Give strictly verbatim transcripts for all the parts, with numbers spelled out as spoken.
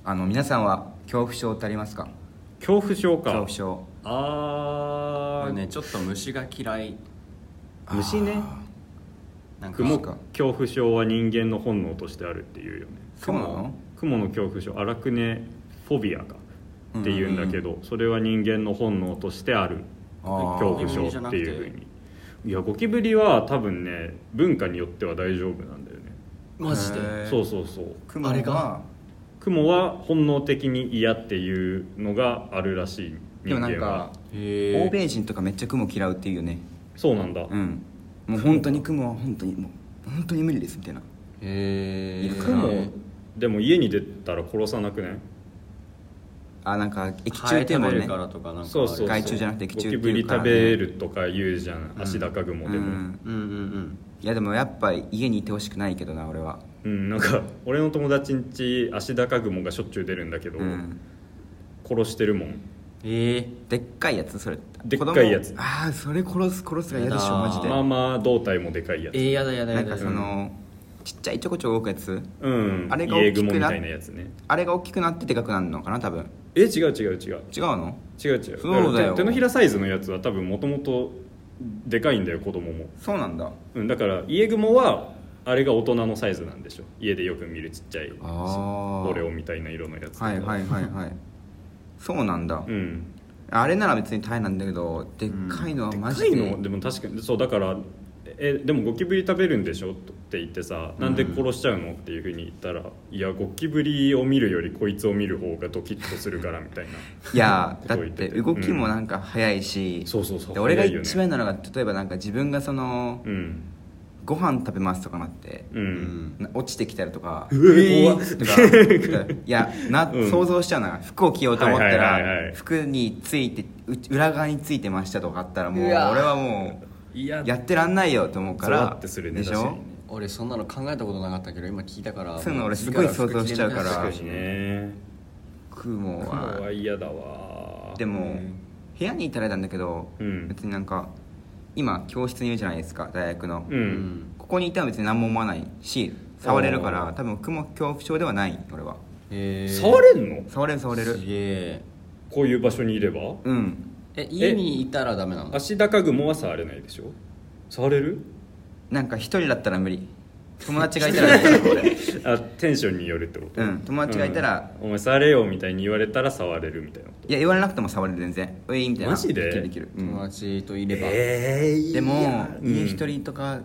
あの皆さんは恐怖症ってありますか？ 恐怖症か。 恐怖症。 これあー、 ねちょっと虫が嫌い。 虫ね。 なんか雲か恐怖症は人間の本能としてあるっていうよね。 そうなの？ 雲の恐怖症、アラクネフォビアかっていうんだけど、それは人間の本能としてあるあー恐怖症っていうふうに。いやゴキブリは多分ね文化によっては大丈夫なんだよね。 マジでへーそうそうそう。 雲あれがが雲は本能的に嫌っていうのがあるらしい。 でもなん人間はかへ欧米人とかめっちゃ雲嫌うっていうよね。 そうなんだ。 うんもう本当に雲は本当にもう本当に無理ですみたいな。 えいるか雲なでも家に出たら殺さなくね。 あなんか液ハエ中っていうもんね。 食べるからとかなんかそうそうそう。 害虫じゃなくて液中ってゴキブリいうからね食べるとか言うじゃん、アシダカグモでも。 うんうんうんうんいやでもやっぱり家にいてほしくないけどな俺は。 うん、なんか俺の友達んちアシダカグモがしょっちゅう出るんだけど、 うん殺してるもん。 ええでっかいやつそれ。 でっかいやつ子供ああそれ殺す殺すが嫌でしょマジで。 まあまあ胴体もでかいやつ。 えー、やだやだなんかやだ。 そのちっちゃいちょこちょこ動くやつ、 うん、 あれが家大きくな雲みたいなやつね。 あれが大きくなってでかくなるのかな多分。 え違う違う違う違うの？ 違う違う。 そうだよ手手のひらサイズのやつは多分もともとでかいんだよ子供も。 そうなんだ。 うん、だから家雲はあれが大人のサイズなんでしょ。家でよく見るちっちゃいあオレオみたいな色のやつとか。 はいはいはいはいそうなんだ、 うん。 あれなら別に大変なんだけどでっかいのはマジ高いで、 のでも確かにそうだからえでもゴキブリ食べるんでしょって言ってさ、なんで殺しちゃうのっていうふうに言ったら、いやゴキブリを見るよりこいつを見る方がドキッとするからみたいな。 いやだっことを言っててて動きもなんか速いし、 そうそうそうで俺が早いよね一番なのが例えばなんか自分がその、 うんご飯食べますとかなって、 うん、 な落ちてきたりとかうわ怖っとかいやな、 うん想像しちゃうな服を着ようと思ったはいはいはいらはい服についてう裏側についてましたとかあったらもううわ俺はもいうややってらんないよと思うからゾワってするねでしょ確かにね。 俺そんなの考えたことなかったけど今聞いたからそういうの俺すごい想像しちゃうから確かにね。 雲雲はは嫌だわ。 でも部屋にいたらなんだけど、 うん別になんか今教室にいるじゃないですか大学の、 ううんんここにいたら別に何も思わないし触れるかあらー多分雲恐怖症ではない俺は。 へえ触れんの？ 触れる触れるすげえこういう場所にいればうんえ家にいたらダメなの？ アシダカグモは触れないでしょ。触れる？ なんか一人だったら無理友達がいたらできる俺あテンションによるってこと？ うん友達がいたら、 うんお前触れよみたいに言われたら触れるみたいなこと。 いや言われなくても触れる全然ウィーンみたいなマジでできるできる、うん友達といれば、 えーでもいや家一うん人とか、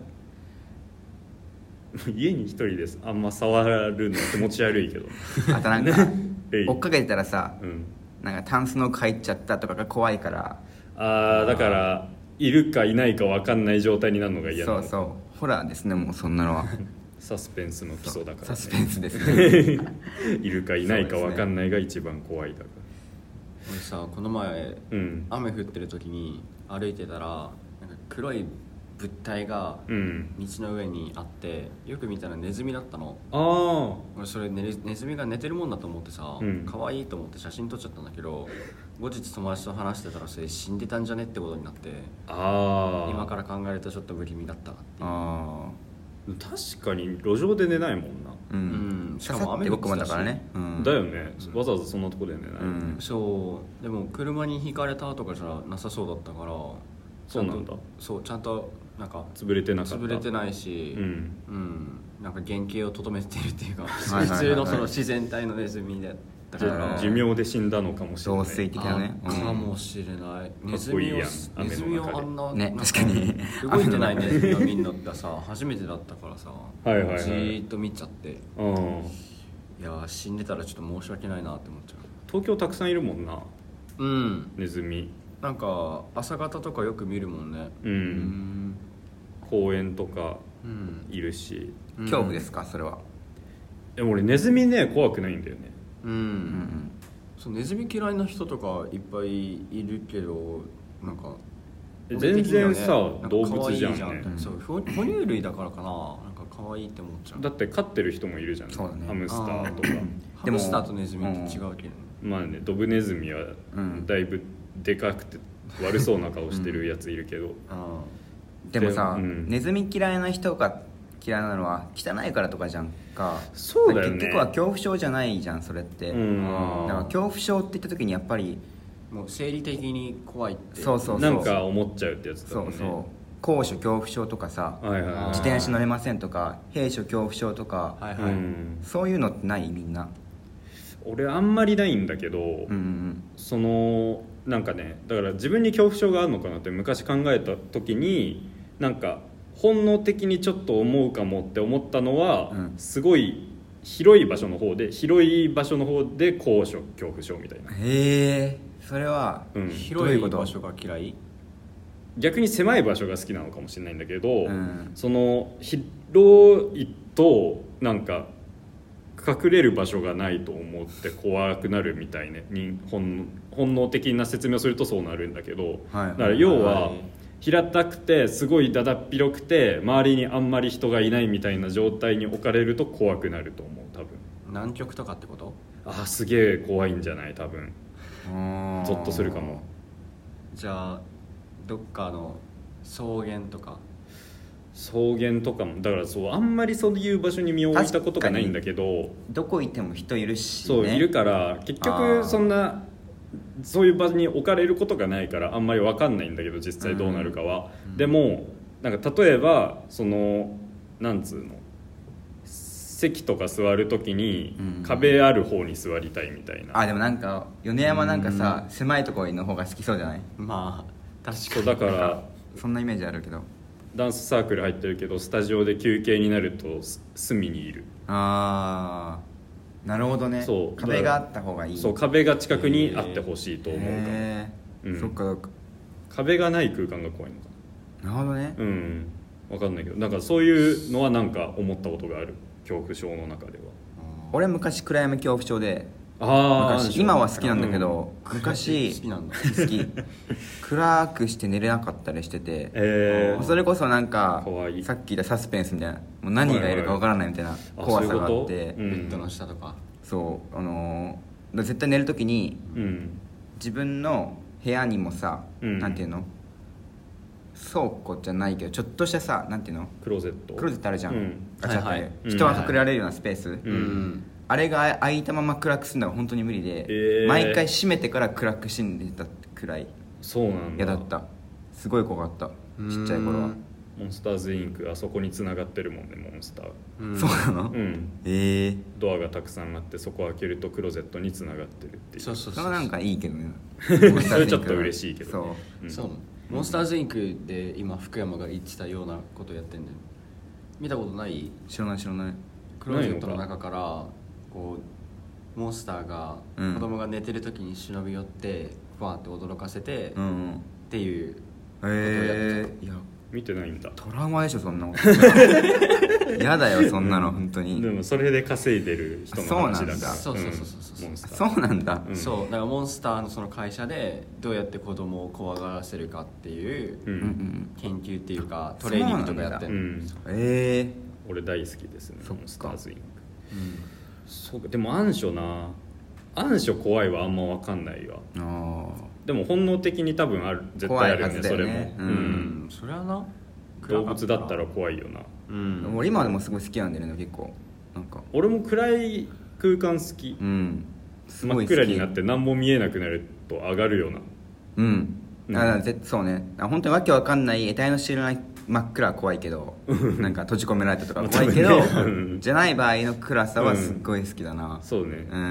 家に一人ですあんま触るの気持ち悪いけど。 あとなんかえい追っかけてたらさうんなんかタンスの奥入っちゃったとかが怖いからあーだからいるかいないか分かんない状態になるのが嫌なの。 そうそうホラーですねもうそんなのはサスペンスの基礎だから、ね、 サスペンスですねいるかいないか分かんないが一番怖いだか俺さこの前ら。うん雨降ってる時に歩いてたらなんか黒い物体がうん道の上にあってよく見たらネズミだったの。 あ俺それネネズミが寝てるもんだと思ってさ、 うん可愛いと思って写真撮っちゃったんだけど後日友達と話してたらそれ死んでたんじゃねってことになってあああ今から考えるとちょっと不気味だったなっていう。 あ確かに路上で寝ないもんな、 あうん、 うん刺さって僕もだからね、うん、 だよね、わざわざそんなとこで寝ない、 うんそうでも車にひかれたとかじゃなさそうだったからそうなんだ。 そうちゃんとなんか潰れてなかった。 潰れてないしうんうんなんか原型をとどめてるっていうかいはいはい普通のその自然体のネズミだったじからゃ寿命で死んだのかもしれない。 増水的なねあかもしれない、ネズミをかっこいいやんネズミをあ雨んなねなん確かに動いてないネズミを見るのってさ初めてだったからさはいはいはいじーっと見ちゃってうんいやー死んでたらちょっと申し訳ないなって思っちゃ東京たくさんいるもんなううんネズミ。 なんか朝方とかよく見るもんねうん、 うん公園とかうんいるし。 恐怖ですかそれは。 でも俺ネズミね怖くないんだよね。 うん、 うんそうネズミ嫌いな人とかいっぱいいるけどなんか全然さ、 俺的にはねなんか動物じゃんね可愛いってそう哺哺乳類だからかななんか可愛いって思っちゃう。 だって飼ってる人もいるじゃん、 そうだねハムスターとかハムスターとネズミって違うけどね、 まあねドブネズミはうんだいぶでかくて悪そうな顔してるやついるけど、 あでもさ、 でうんネズミ嫌いな人が嫌いなのは汚いからとかじゃんか。 そうだよね結局は恐怖症じゃないじゃんそれって、 うんだから恐怖症って言った時にやっぱりもう生理的に怖いってそうそうそうなんか思っちゃうってやつだもんね。 そうそう高所恐怖症とかさ、 はいはいはい、 自転車乗れませんとか閉所恐怖症とか、 はいはい、 うん、 そういうのってないみんな。 俺あんまりないんだけど、 うんうん、 そのなんかねだから自分に恐怖症があるのかなって昔考えた時になんか本能的にちょっと思うかもって思ったのは、うん、すごい広い場所の方で広い場所の方で高所恐怖症みたいな。 へえそれは、 うん、広い場所が嫌い？ 逆に狭い場所が好きなのかもしれないんだけど、うん、その広いとなんか隠れる場所がないと思って怖くなるみたいねに 本, 本能的な説明をするとそうなるんだけど、はい、だから要は平たくてすごいだだっ広くて周りにあんまり人がいないみたいな状態に置かれると怖くなると思う多分。 南極とかってこと？ ああすげえ怖いんじゃない多分。ゾッとするかも。 じゃあどっかの草原とか。 草原とかもだからそうあんまりそういう場所に身を置いたことがないんだけどどこいても人いるし、ね、 そういるから結局そんなそういう場に置かれることがないからあんまり分かんないんだけど実際どうなるかは、うん、でもなんか例えばそのなんつうの席とか座るときに壁ある方に座りたいみたいな、 うん、あでもなんか米山なんかさ、うん、狭いところの方が好きそうじゃない？ まあ確かにそうだからそんなイメージあるけどダンスサークル入ってるけどスタジオで休憩になると隅にいる。 ああなるほどね。そう壁があった方がいい。 そう壁が近くにあってほしいと思うかも、 うん、そっかそっか。 壁がない空間が怖いのかな。なるほどね。 うん分かんないけどなんかそういうのはなんか思ったことがある恐怖症の中では。 俺昔暗闇恐怖症であ昔今は好きなんだけど、うん、昔好きなんだ好き暗くして寝れなかったりしてて、 えー、 それこそなんかいいさっき言ったサスペンスみたいなもう何がいるかわからないみたいな怖さがあって、 ベッドの下とかそうあのー、絶対寝るときに、 うん、 自分の部屋にもさ、 うん、 なんていうの倉庫じゃないけどちょっとしたさなんていうのクローゼットクローゼットあるじゃん、うん、ガチャって、はいはい、人が隠れられるようなスペース、 うんうんあれが開いたまま暗くするのが本当に無理で、 えー、 毎回閉めてから暗く死んでたくらいそうなんだ嫌だった。すごい怖かったちっちゃい頃は。 モンスターズインクあそこに繋がってるもんねモンスター、 うん、そうなの？ うんええー、 ドアがたくさんあってそこを開けるとクローゼットに繋がってるっていう。 そうそうそうそれなんかいいけどねそれちょっと嬉しいけど、 そう、 うん、そうモンスターズインクで今福山が言ってたようなことやってんだよ。見たことない？ 知らない知らない。 クローゼットの中からこうモンスターが子供が寝てる時に忍び寄ってバーンって驚かせて、 うん、 っていうことをやってた、 えー、いや見てないんだ。 トラウマでしょそんな嫌だよそんなの本当に。 でもそれで稼いでる人の話だから。 そうそうそうそう、 モンスターそうなんだ、 うん、そうだからモンスターのその会社でどうやって子供を怖がらせるかっていう研究っていうかトレーニングとかやってる、うん、 ええー、 俺大好きですねモンスターズインク、 うん、 そうでも暗所な暗所怖いはあんま分かんないわ。 あでも本能的に多分ある絶対あるよ ね, よねそれも、 うん、うん、 それはな動物だったら怖いよな、 うん、俺今でもすごい好きなんだよね結構なんか俺も暗い空間好き、 うん、 すごい好き。真っ暗になって何も見えなくなると上がるような。 うん、うん、あそうね本当にわけわかんない得体の知らない真っ暗は怖いけどなんか閉じ込められたとか怖いけどじゃない場合の暗さはすっごい好きだな、 うん、そうね、 うん、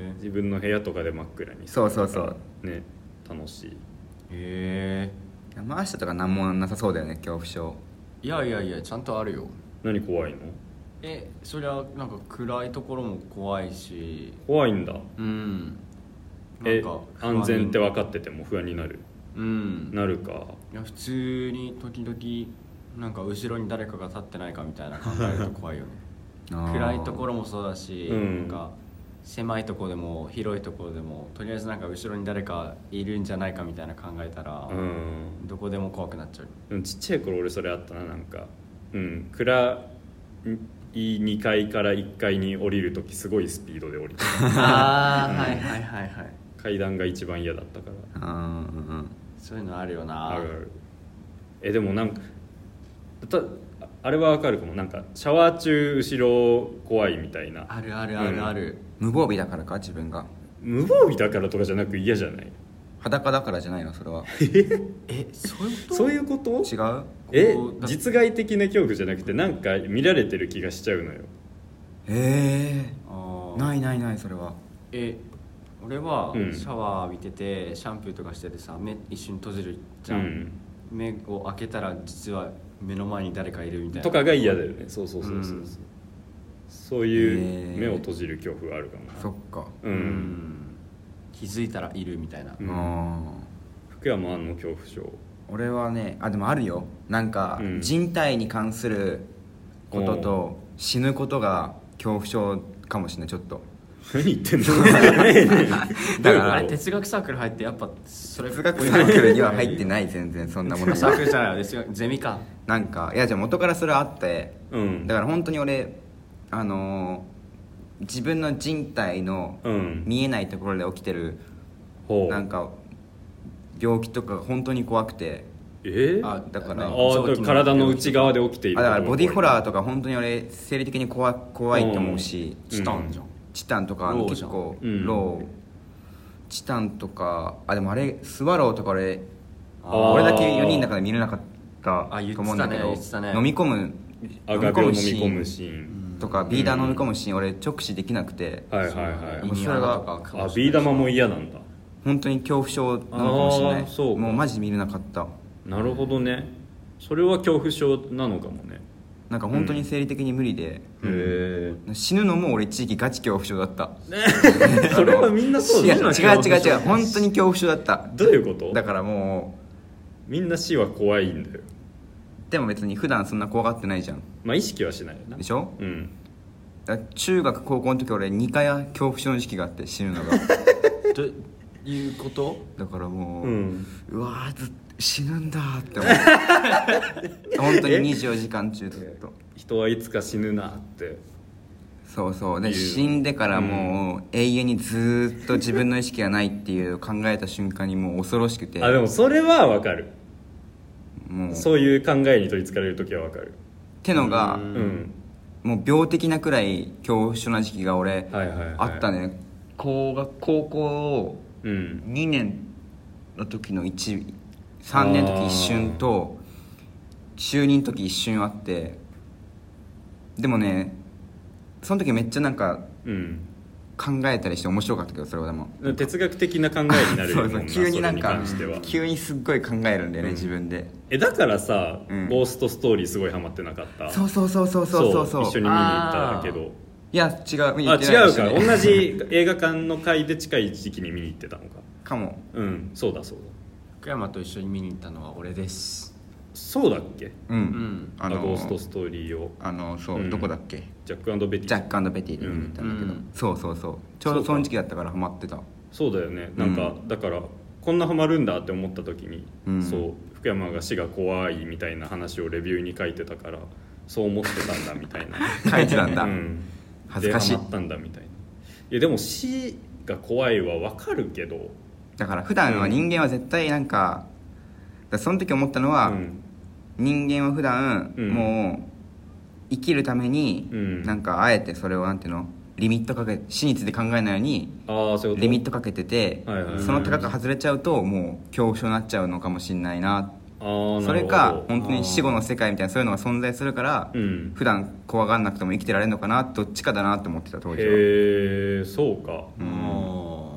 自分の部屋とかで真っ暗にそうそうそうね楽しい。 へえ山下とか何もなさそうだよね恐怖症。 いやいやいやちゃんとあるよ。 何怖いの？ えそりゃなんか暗いところも怖いし。 怖いんだ。 うんなんか安全って分かってても不安になる。 うんなるか。 いや普通に時々なんか後ろに誰かが立ってないかみたいな考えると怖いよね暗いところもそうだし、うん、なんか狭いところでも広いところでもとりあえずなんか後ろに誰かいるんじゃないかみたいな考えたら、 うん、 どこでも怖くなっちゃう。 ちっちゃい頃俺それあったな。なんかうん暗いにかいからいっかいに降りるときすごいスピードで降りてああ、うん、はいはいはいはい階段が一番嫌だったから。 うんうんうんそういうのあるよな。 あるある。えでもなんかたあれはわかるかも。なんかシャワー中後ろ怖いみたいな。 あるあるあるある、 うん、無防備だからか自分が無防備だからとかじゃなく嫌じゃない？ 裸だからじゃないのそれはえそういうことそういうこと違うえ実害的な恐怖じゃなくてなんか見られてる気がしちゃうのよ。 へえあないないないそれは。 え俺はうんシャワー浴びててシャンプーとかしててさ目一瞬閉じるじゃん、 うん、 目を開けたら実は目の前に誰かいるみたいなとかが嫌だよね。そうそうそうそうそう、 うん、 そういう目を閉じる恐怖があるかも。 そっかうん、 うん気づいたらいるみたいな、 うん、 あ福山あんの恐怖症。 俺はねあでもあるよ。なんか、 うん人体に関することと死ぬことが恐怖症かもしれないちょっと。 何言ってんのだからあれ哲学サークル入ってやっぱそれ哲学サークルには入ってない全然そんなものサークルじゃないよ哲学ゼミか。 なんかいやじゃあ元からそれはあって、 うん、 だから本当に俺あのー自分の人体の見えないところで起きてる、 うん、 なんか病気とかが本当に怖くて。 えー、 あだからあ体の内側で起きている。 あだからボディホラーとか本当に俺生理的に怖怖いと思うし、 チタンじゃん、 チタンとか結構うんロー、チタンとかあでもあれスワローとか俺あ俺だけよにんの中で見れなかったあ言ってたねと思うんだけど、 言ってたね飲み込むあ画鋲飲み込むシーンとかビー玉飲み込むシーン俺直視できなくて、 はいはいはいもうそれがあビー玉も嫌なんだ。 本当に恐怖症なのかもしれない。 あーそうかもうマジで見れなかった。 なるほどね。それは恐怖症なのかもね。 なんか本当に生理的に無理で、 へえ死ぬのも俺一時期ガチ恐怖症だった。 それはみんなそういや違うだ違う違う本当に恐怖症だった。 どういうこと？ だからもみんな死は怖いんだよ。 うでも別に普段そんな怖がってないじゃん。 まあ意識はしないよな。 でしょ。 うんだから中学高校の時俺にかい恐怖症の時期があって死ぬのがどういうことだからもう、 ううんわーずっと死ぬんだって思って本当ににじゅうよじかん中ずっと人はいつか死ぬなってそうそうでいう死んでからもう永遠にずっと自分の意識がないっていう考えた瞬間にもう恐ろしくてあでもそれはわかる。 もうそういう考えに取りつかれる時はわかる。 ってのがううんもう病的なくらい恐怖症な時期が俺はいはいはいあったね。高学高校うんにねんの時のいちさんねんの時一瞬と中にの時一瞬あって、でもねその時めっちゃなんかうん考えたりして面白かったけどそれはでも哲学的な考えになるそうそうもんな急になんかそれに関しては急にすっごい考えるんだよね、 うん自分で。 えだからさ、 うんゴーストストーリーすごいハマってなかった？ そうそうそうそうそうそうそう一緒に見に行ったけど。 いや違う見にあ行ってない違うか同じ映画館の回で近い時期に見に行ってたのか。 かも。 うんそうだそうだ。 福山と一緒に見に行ったのは俺です。 そうだっけ？ うん、 うんあのゴーストストーリーをあのそう、 うんどこだっけジャック&ベティジャック&ベティで見に行ったんだけど、 うんそうそうそうちょうどその時期だったからハマってた。 そうだよねなんか、 うんだからこんなハマるんだって思った時に、 うんそう福山が死が怖いみたいな話をレビューに書いてたからそう思ってたんだみたいな書いてたんだ、 うん、 恥ずかしいでハマったんだみたいないやでも死が怖いは分かるけどだから普段は人間は絶対なんか、だからその時思ったのは、 うん人間は普段、 うんもう生きるために、 うんなんかあえてそれをなんていうのリミットかけ死について考えないようにああそういうことリミットかけてて、 はいはいはいその高が外れちゃうともう恐怖症になっちゃうのかもしれないな。 あーそれかなるほど本当に死後の世界みたいなそういうのが存在するから、 うん普段怖がんなくても生きてられるのかなどっちかだなって思ってた当時は。 へえそうかうん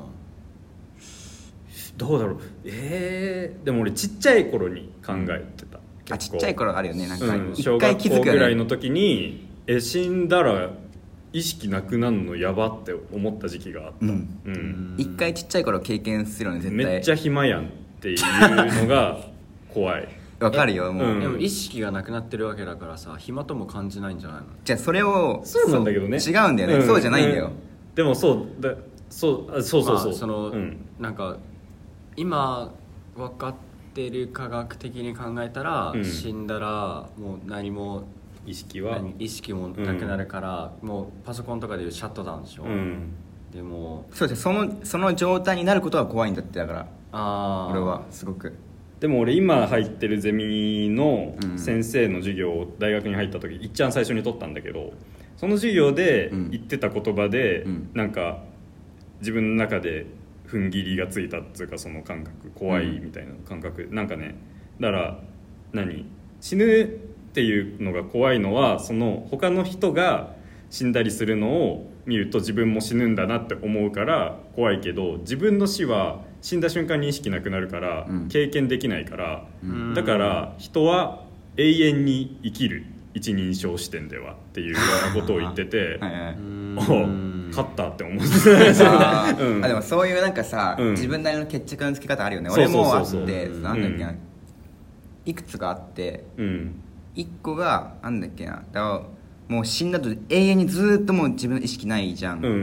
どうだろうえー、でも俺ちっちゃい頃に考えてた、 あちっちゃい頃あるよねなんかうん、 一小回気づくよ学校ぐらいのね。 時にえ死んだら意識なくなるのやばって思った時期があった、 うんうん一回ちっちゃい頃経験するよね絶対。 めっちゃ暇やんっていうのが怖いわかるよもう、 うんでも意識がなくなってるわけだからさ暇とも感じないんじゃないの？ じゃあそれをそうなんだけどねそう違うんだよね、そうじゃないんだよ、 うんでもそうだそうあそうそうそう、 まあその、 うん、 なんか今分かってる科学的に考えたら、 うん死んだらもう何も意識は何意識もなくなるから、もうパソコンとかでいうシャットダウンでしょ、 うんでもそうじゃそのその状態になることが怖いんだってだからああ俺はすごくでも俺今入ってるゼミの先生の授業を大学に入った時いっちゃん最初に取ったんだけど、その授業で言ってた言葉で、うん、なんか自分の中で踏ん切りがついたっていうか、その感覚怖いみたいな感覚、うん、なんかね、だから何死ぬっていうのが怖いのは、その他の人が死んだりするのを見ると自分も死ぬんだなって思うから怖いけど、自分の死は死んだ瞬間に意識なくなるから経験できないから、うん、だから人は永遠に生きる一人称視点ではっていうようなことを言っててはい、はい、お勝ったって思ってあ、うん、あでもそういうなんかさ、うん、自分なりの決着のつけ方あるよね。俺もあって、なんだっけな、うん、いくつかあって、うん、いっこがなんだっけな、だからもう死んだと永遠にずっともう自分の意識ないじゃん、うん、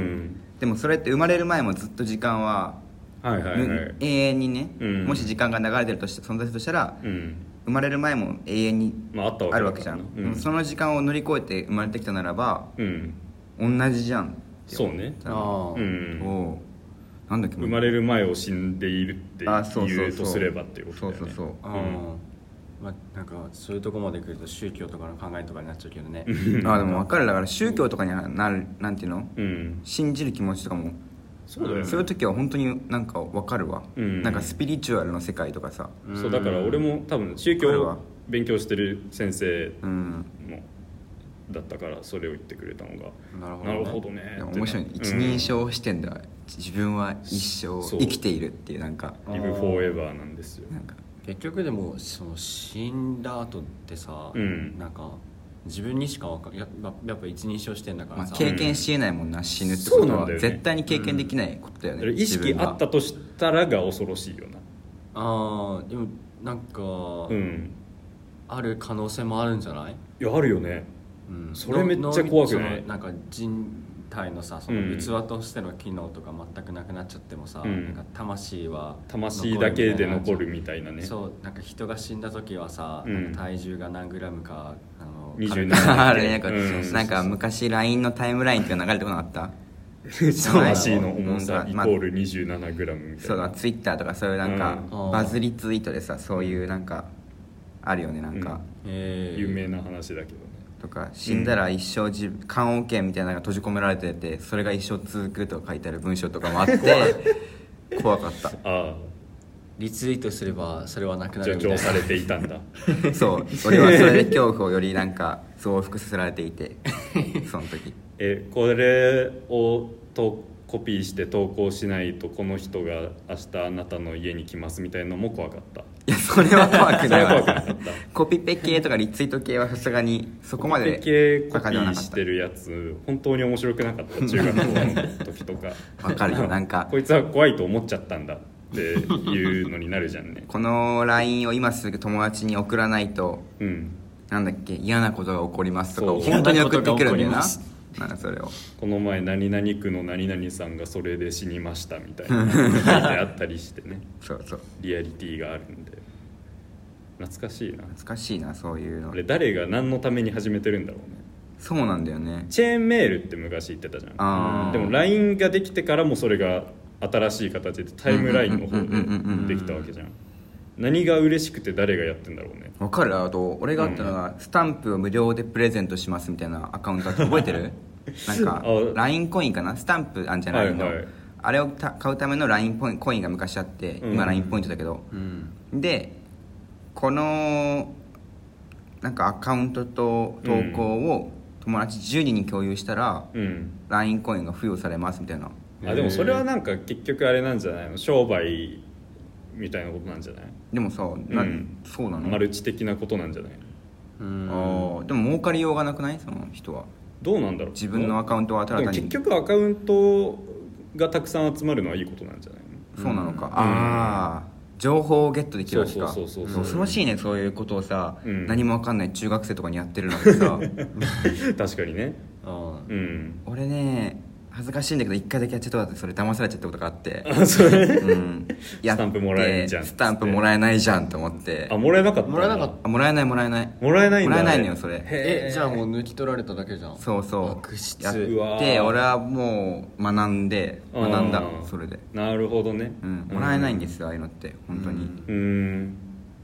でもそれって生まれる前もずっと時間は、はいはいはい、永遠にね、うん、もし時間が流れてるとして存在するとしたら、うん、生まれる前も永遠にあるわけじゃん、まあうん、その時間を乗り越えて生まれてきたならば、うん、同じじゃん。 そうね。あ、うん、 おなんだっけ、 生まれる前を死んでいるって言うとすればっていうことだよね。 そうそうそう、あ、うん、まあ、なんかそういうとこまで来ると宗教とかの考えとかになっちゃうけどねあでも分かる。だから宗教とかになるなんていうの、うん、信じる気持ちとかもそうだよね、そういう時は本当になんか分かるわ、うん、なんかスピリチュアルの世界とかさ、 うん、そうだから俺も多分宗教を勉強してる先生もだったからそれを言ってくれたのが、うん、なるほど ね, なるほどね面白い、ね、一人称視点では自分は一生生きているっていう、なんかリブフォーエバーなんですよ。 なんか結局でもその死んだ後ってさ、うん、なんか自分にしか分かる、やっぱ一人称視点だからさ、 まあ、経験しえないもんな、うん、死ぬってことは、ね、絶対に経験できないことだよね、うん、 意識あったとしたらが恐ろしいよな。 あーでもなんか、うん、ある可能性もあるんじゃない？ いやあるよね、うん、それめっちゃ怖くない？ なんか人体のさ、その器としての機能とか全くなくなっちゃってもさ、うん、なんか魂は魂だけで残るみたいなね。 そうなんか人が死んだ時はさ、うん、なんか体重が何グラムかあのにじゅうななあれなんか、うん、なんか昔 ライン のタイムラインっていうのが流れてこなかった？ 魂の重さイコール にじゅうななグラム みたいな、 そうだ、ツイッターとかそういうなんか、うん、バズリツイートでさ、そういうなんかあるよね、なんか、 うん、有名な話だけどね。 とか死んだら一生自棺桶みたいなのが閉じ込められてて、それが一生続くとか書いてある文章とかもあって怖かった。ああ、 リツイートすればそれはなくなるみたいな、 助長されていたんだそう、俺はそれで恐怖をよりなんか増幅させられていてその時えこれをとコピーして投稿しないとこの人が明日あなたの家に来ますみたいなのも怖かった。 いやそれは怖くないわコピペ系とかリツイート系はさすがにそこまでコピペ系コピーしてるやつ本当に面白くなかった中学校の時とかわかるよ、なんかこいつは怖いと思っちゃったんだっていうのになるじゃんねこの ライン を今すぐ友達に送らないと、うん、なんだっけ嫌なことが起こりますとか本当に送ってくるんだよな。なんかそれをこの前何々区の何々さんがそれで死にましたみたいな書いてあったりしてねそうそうリアリティがあるんで懐かしいな。 懐かしいな、そういうの。 あれ誰が何のために始めてるんだろうね。 そうなんだよね。 チェーンメールって昔言ってたじゃん。あでも ライン ができてからもそれが新しい形でタイムラインの方でできたわけじゃん。何が嬉しくて誰がやってんだろうね。 わかる。あと俺があったのが、うん、スタンプを無料でプレゼントしますみたいなアカウント覚えてるなんか ライン コインかな、スタンプあんじゃないの、はいはい、あれを買うための ライン コインが昔あって、うん、今 ライン ポイントだけど、うん、でこのなんかアカウントと投稿を友達じゅうにんに共有したら、うん、ライン コインが付与されますみたいな。 あでもそれはなんか結局あれなんじゃないの、商売みたいなことなんじゃない。 でもさ、な、うん、そうなの、 マルチ的なことなんじゃないの。 うんあでも儲かりようがなくない、その人は。どうなんだろう、 自分のアカウントはただ単に。 結局アカウントがたくさん集まるのはいいことなんじゃないの。 そうなのか、うん、ああ情報をゲットできるわけか。そうそうそうそう、恐ろしいね、そういうことをさ、うん、何も分かんない中学生とかにやってるのってさ確かにね。 あ、うん、俺ね恥ずかしいんだけど一回だけやっちゃったことあって、それ騙されちゃったことがあって。 あそれ、うん、 やってスタンプもらえないじゃん、 スタンプもらえないじゃんと思って。 あもらえなかった。 もらえなかった。 あもらえないもらえないもらえないんだ。 もらえないのよそれ。 えじゃあもう抜き取られただけじゃん。 そうそう悪質。 やって俺はもう学んで学んだそれで。 なるほどね、 うん、もらえないんですよ、うん、ああいうのって本当に。 うん、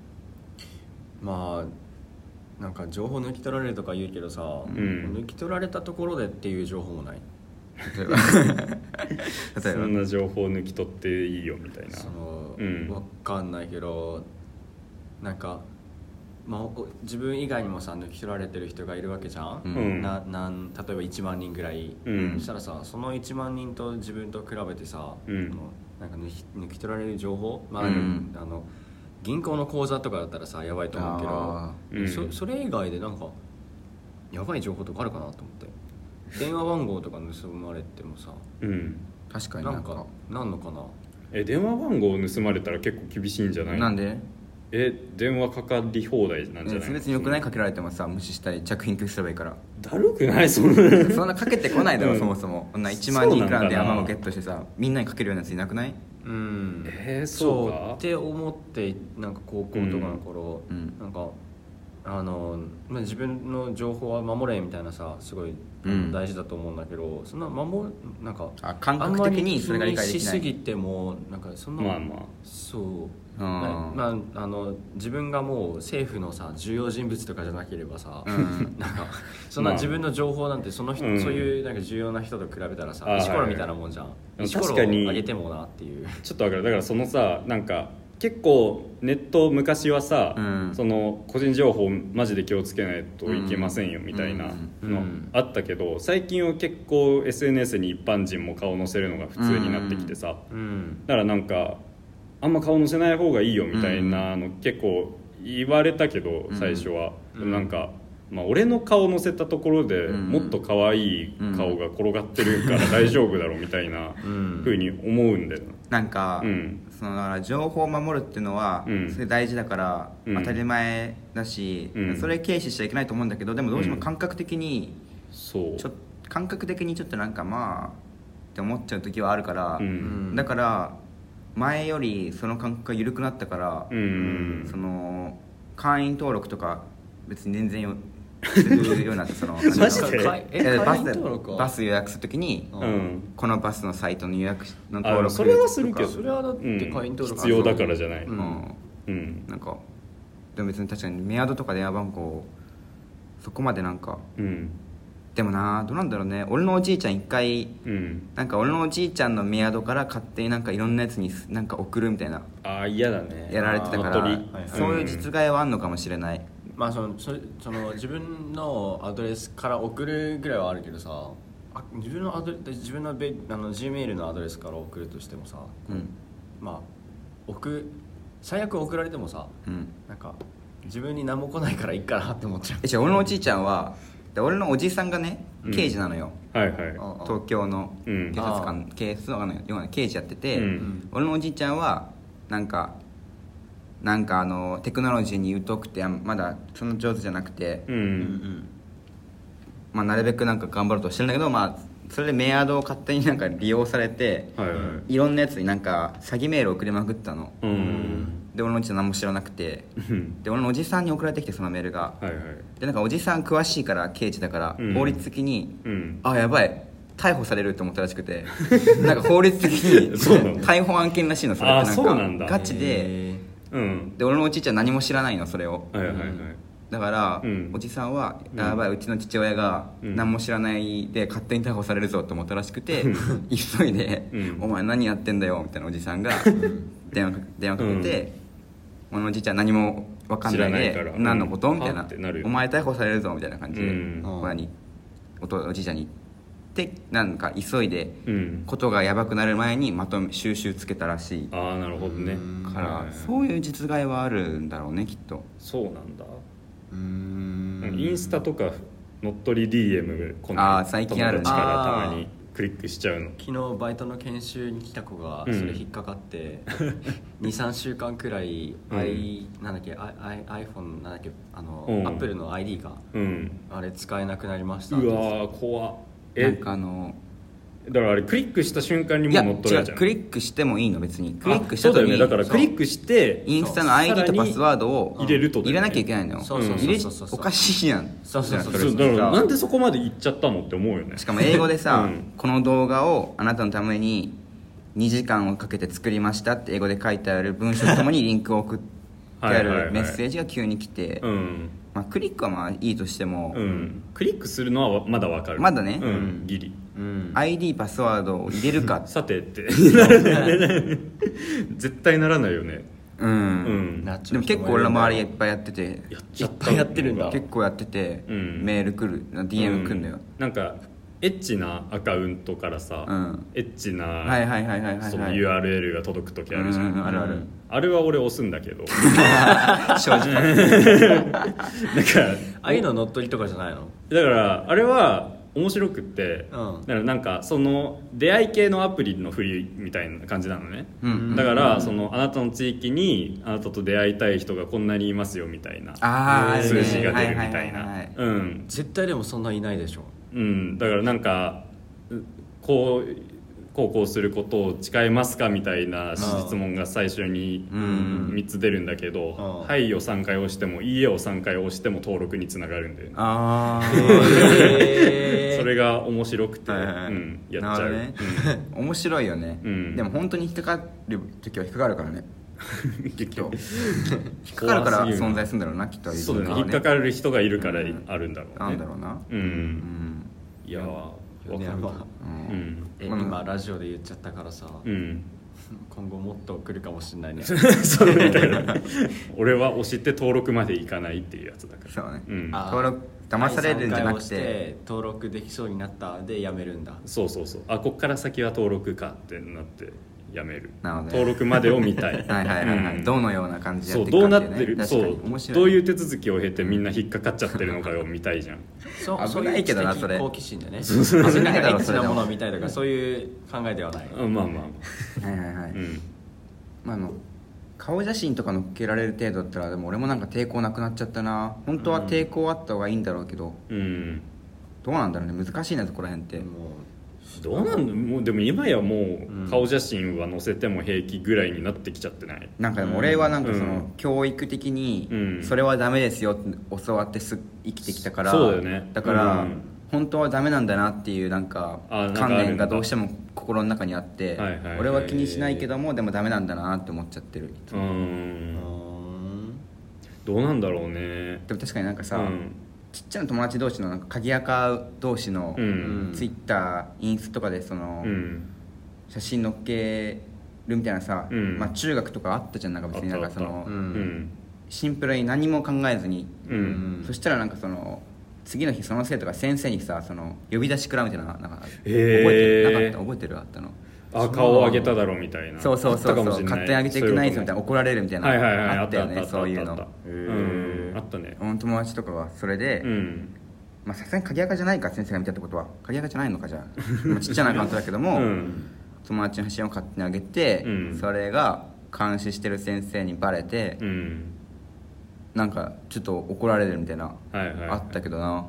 まあなんか情報抜き取られるとか言うけどさ、うん、抜き取られたところでっていう情報もない。 例えばそんな情報抜き取っていいよみたいな。 その、うん、分かんないけどなんか、まあ、自分以外にもさ抜き取られてる人がいるわけじゃん、うん、ななん例えばいちまんにんぐらい、うん、そしたらさそのいちまんにんと自分と比べてさ、うん、なんか抜き、抜き取られる情報、まあうん、あの銀行の口座とかだったらさやばいと思うけど、うん、そ, それ以外でなんかやばい情報とかあるかなと思って。電話番号とか盗まれてもさ、 うん、確かになんかなんのかな。 え電話番号盗まれたら結構厳しいんじゃない？ なんで？ え電話かかり放題なんじゃない？ 別によくない？かけられてもさ無視したり着信拒否すればいいから。 だるくない？そんなそんなかけてこないだろ、うん、そもそも。こんないちまんにんくらいの電話番号ゲットしてさみんなにかけるようなやついなくない？ うん、 えー、そうかそうって思ってなんか高校とかの頃、うん、なんかあの自分の情報は守れみたいなさすごい大事だと思うんだけど、うん、そんな守なんかあ感覚的にそれが理解できない。 しすぎてもなんかそんなまあまあそうまあ、あの自分がもう政府のさ重要人物とかじゃなければさ、うん、なんかそんな自分の情報なんてその人、まあ、そういうなんか重要な人と比べたらさ、うん、石ころみたいなもんじゃん、はい、石ころをあげてもなっていう。 ちょっと分かる。だからそのさなんか結構ネット昔はさ、うん、その個人情報マジで気をつけないといけませんよみたいなのあったけど、最近は結構 エスエヌエス に一般人も顔載せるのが普通になってきてさ、うん、だからなんかあんま顔載せない方がいいよみたいなの結構言われたけど最初は、うん、なんか、まあ、俺の顔載せたところでもっと可愛い顔が転がってるから大丈夫だろうみたいな風に思うんだよな。なんか、うん、そのだから情報を守るっていうのはそれ大事だから当たり前だし、うん、それ軽視しちゃいけないと思うんだけど、でもどうしても感覚的にちょ、うん、感覚的にちょっとなんかまあって思っちゃう時はあるから、うん、だから前よりその感覚が緩くなったから、うん、その会員登録とか別に全然よするようになってそのマジでえバスバス予約するときに、うん、このバスのサイトの予約の登録それはするけどそれはだって会員登録、 うん、必要だからじゃない、 うんうん、なんかでも別に確かにメアドとか電話番号そこまでなんか、うん、でもなどうなんだろうね。俺のおじいちゃん一回、うん、なんか俺のおじいちゃんのメアドから勝手になんかいろんなやつになんか送るみたいなあ嫌だねやられてたから、はいはい、そういう実害はあんのかもしれない、 まあ、そのそその自分のアドレスから送るぐらいはあるけどさ、あ自分のアドレ自分のベあの Gmail のアドレスから送るとしてもさ、うん、まあ送最悪送られてもさ、うん、なんか自分に何も来ないからいいかなって思っちゃう。 えじゃあ俺のおじいちゃんはで俺のおじさんがね刑事なのよ、 うんはいはい、 東京の警察官、うん、警察の刑事やってて、うん、俺のおじいちゃんはなんかなんかあのテクノロジーに疎くてまだそんな上手じゃなくて、うんうん、まあ、なるべくなんか頑張ろうとしてるんだけど、まあ、それでメアドを勝手になんか利用されて、はいはい、いろんなやつになんか詐欺メールを送りまくったの、うん、で俺のおじさん何も知らなくてで俺のおじさんに送られてきてそのメールが、はいはい、でなんかおじさん詳しいから刑事だから、うん、法律的に、うん、あやばい逮捕されるって思ったらしくてなんか法律的に逮捕案件らしいのそれってなんかガチでうん、で俺のおじいちゃん何も知らないのそれを、はいはいはい、だから、うん、おじさんは、うん、やばいうちの父親が何も知らないで勝手に逮捕されるぞと思ったらしくて、うん、急いで、うん、お前何やってんだよみたいなおじさんが電話、電話かけて、うん、俺のおじいちゃん何も分かんないで何のこと、うん、みたいなお前逮捕されるぞみたいな感じで、うん、親に お, おじいちゃんにでなんか急いでことがやばくなる前にまとめ収集つけたらしい、 うん、ああなるほどね。 からそういう実害はあるんだろうねきっと。 そうなんだ。うーんインスタとか乗っ取り ディーエム このあ最近ある友達からたまにクリックしちゃうの。 昨日バイトの研修に来た子がそれ引っかかって、うん、にさんしゅうかんくらい、うん、I なんだっけ I iPhone なんだっけあの、うん、Apple の アイディー が、うん、あれ使えなくなりました。 うわー怖っ。 なんかあのだからあれクリックした瞬間にもう乗っ取られちゃう。 クリックしてもいいの別に。クリックした時にそうだよね。だからクリックしてインスタの アイディー とパスワードを入れると、 ね、入れなきゃいけないのよ。 そうそうそうそうそうおかしいやん。 そうそうそうそうだからなんでそこまで行っちゃったのって思うよね。 しかも英語でさ、うん、この動画をあなたのためににじかんをかけて作りましたって英語で書いてある文章とともにリンクを送ってってあるメッセージが急に来て、まあ、クリックはまあいいとしても、 うん、クリックするのはまだわかる。 まだね、 うん、ギリ、 うん、アイディー パスワードを入れるかさてってならない絶対ならないよね。 うん、うん、でも結構俺の周りいっぱいやってて、 やっちゃったいっぱいやってるんだ。 結構やってて、うん、メール来る ディーエム 来るんだよ、うん、 なんかエッチなアカウントからさ、うん、エッチな ユーアールエル が届く時あるじゃん、うん、 あるある、 あれは俺押すんだけど正直なんかああいうの乗っ取りとかじゃないの？ だからあれは面白くって、うん、だからなんかその出会い系のアプリの振りみたいな感じなのね、うん、だからそのあなたの地域にあなたと出会いたい人がこんなにいますよみたいな数字が出るみたいな。 絶対でもそんないないでしょ。 うん、だからなんかこうこうこうすることを誓いますかみたいな質問が最初にみっつ出るんだけど、はいをさんかい押してもいいえをさんかい押しても登録につながるんで、あーそれが面白くて、はいはい、うん、やっちゃう、ね、 うん、面白いよね、うん、でも本当に引っかかる時は引っかかるからね結局引っかかるから存在するんだろうな、きっと。 そうだね、引っかかる人がいるからあるんだろうね、 なんだろうな、 うん、うん、いや分かる、 うん、え今ラジオで言っちゃったからさ、うん、今後もっと来るかもしれないねそうみたいな俺は押して登録までいかないっていうやつだから。 そうね、うん、登録騙されるんじゃなくて登録できそうになったでやめるんだ。 そうそうそう、あこっから先は登録かってなってやめる。なので登録までを見たいはいはいはい、はい、うん、 どのような感じでやっていくかっていう、ね、そうどうなってる、そうどういう手続きを経てみんな引っかかっちゃってるのかを見たいじゃんそう危ないけどなそれ。 好奇心でねそうそうそう、なんかエッチなものを見たいとかそういう考えではない。 まあまあまあはいはいはい、うん、まああの顔写真とか載っけられる程度だったらでも俺もなんか抵抗なくなっちゃったな。本当は抵抗あった方がいいんだろうけど、うん、どうなんだろうね、難しいなそこら辺って。もうどうなんだ、もうでも今やもう顔写真は載せても平気ぐらいになってきちゃってない？ なんかでも俺はなんかその、うん、教育的にそれはダメですよって教わってす生きてきたから、 そうだよね、 だから、うん、本当はダメなんだなっていうなんか観念がどうしても心の中にあって、はいはいはい、俺は気にしないけどもでもダメなんだなって思っちゃってる。うん、 どうなんだろうね。 でも確かになんかさ、うん、ちっちゃな友達同士のなんか鍵アカ同士のツイッター、インスタとかでその、うん、写真載っけるみたいなさ、うん、まあ、中学とかあったじゃん。なんか別になんかその、うん、シンプルに何も考えずに、うん、そしたらなんかその次の日その生徒が先生にさその呼び出しくらうみたいな、なんか覚えてなかった？覚えてる？あったの？ あ顔を上げただろみたいな。 そうそうそうそう、勝手に上げちゃいけないぞみたいな、怒られるみたいな、 はいはいはい、 あったよね、そういうの。 あった、うん、あったね。 友達とかはそれで、うん、まあさすがに鍵垢じゃないか、先生が見たってことは鍵垢じゃないのか、じゃあちっちゃなアカウントだけども、うん、友達の写真を勝手に上げて、うん、それが監視してる先生にバレて、うん、なんかちょっと怒られるみたいな、はいはいはい、あったけどな。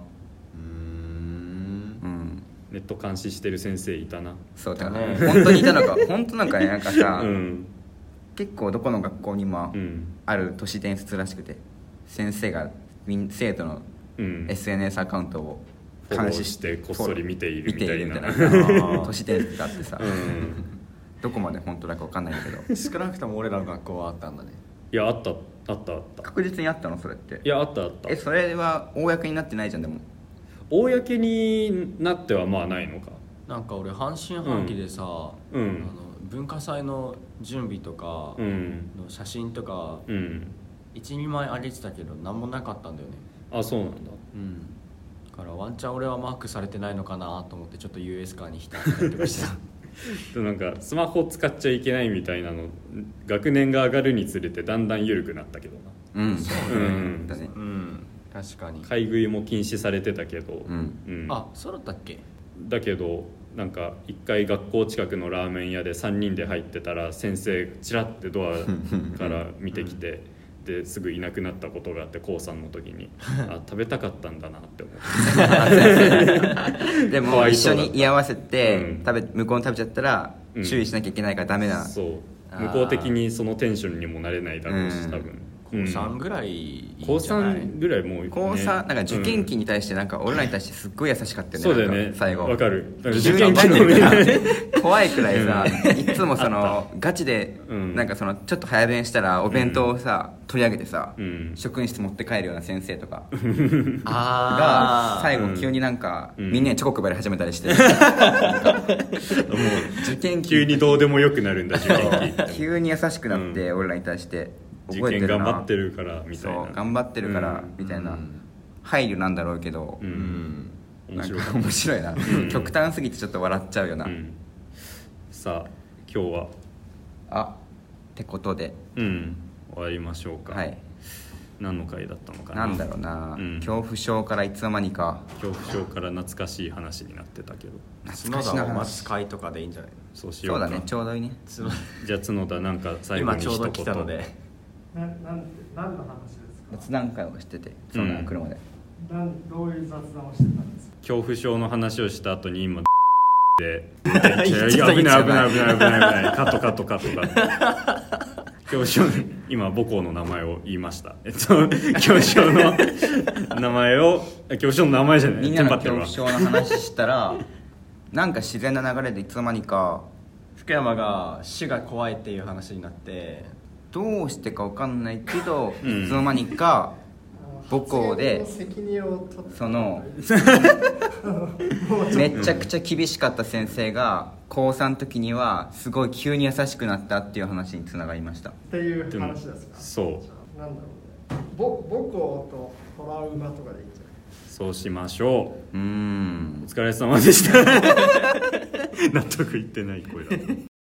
ネット監視してる先生いたな。 そうだね、本当にいたのか本当なんかね、なんかさ、うん、結構どこの学校にもある都市伝説らしくて、先生が生徒の エスエヌエス アカウントを監視してこっそり見ているみたいな都市伝説があってさ、うん、どこまで本当だか分かんないけど少なくとも俺らの学校はあったんだね。 いやあったあったあった。 確実にあったのそれって？ いやあったあった。 えそれは公になってないじゃん。でも公になってはまあないのか。 なんか俺半信半疑でさ、うん、あの文化祭の準備とかの写真とか、うん、いちにまい上げてたけど何もなかったんだよね。 あ、そうなんだ。 うん、だからワンチャン俺はマークされてないのかなと思ってちょっと ユーエス カーに浸ったりとかしてなんかスマホ使っちゃいけないみたいなの学年が上がるにつれてだんだん緩くなったけどな。うん、そうね、うんだね、うん、 確かに買い食いも禁止されてたけど、うんうん、あ、そうだったっけ。 だけどなんか一回学校近くのラーメン屋でさんにんで入ってたら先生チラッてドアから見てきてですぐいなくなったことがあって、高さんの時にあ食べたかったんだなって思ってでも一緒に居合わせて、うん、食べ向こうに食べちゃったら注意しなきゃいけないからダメな、うん、 そう向こう的にそのテンションにもなれないだろうし、多分高さんぐらいいいんじゃない？ 高さんぐらいもう、ね、 高さんなんか受験期に対してなんか俺らに対してすっごい優しかったよね。 そうだよね、 最後わかる。 受験期のね怖いくらいさ、いつもそのガチでなんかそのちょっと早弁したらお弁当をさ、うん、取り上げてさ、うん、職員室持って帰るような先生とかが最後急になんか、うん、みんなにチョコ配り始めたりして、うん、もう受験期急にどうでもよくなるんだ受験期急に優しくなって、うん、俺らに対して覚えてるな、 受験頑張ってるからみたいな、 そう頑張ってるからみたいな、うん、配慮なんだろうけど、うん、面白いなんか面白いな、うん、極端すぎてちょっと笑っちゃうよな、うん、 さあ今日はあってことで、 うん、終わりましょうか。 はい、 何の回だったのかな。 なんだろうな、うん、恐怖症からいつの間にか恐怖症から懐かしい話になってたけど、 角田を待つ会とかでいいんじゃない？ そうしようか。 そうだね、ちょうどいいね。 じゃあ角田なんか最後に一言。 今ちょうど来たのでななん何の話ですか？ 雑談会をしてて、そんな車で、 うん、なんどういう雑談をしてたんですか？ 恐怖症の話をした後に今で危ない危ない危ない危ない危ない危ないカットカットカットカット恐怖症今母校の名前を言いました。えっと恐怖症の名前を恐怖症の名前じゃない、 みんなの恐怖症の話したらなんか自然な流れでいつの間にか福山が死が怖いっていう話になって、 どうしてか分かんないけど、うん、いつの間にか母校でそのめちゃくちゃ厳しかった先生が高さんの時にはすごい急に優しくなったっていう話につながりました。 っていう話ですか？ そう、 なんだろうね、母校とトラウマとかでいいんじゃない？ そうしましょう。うーん、 お疲れ様でした納得いってない声だ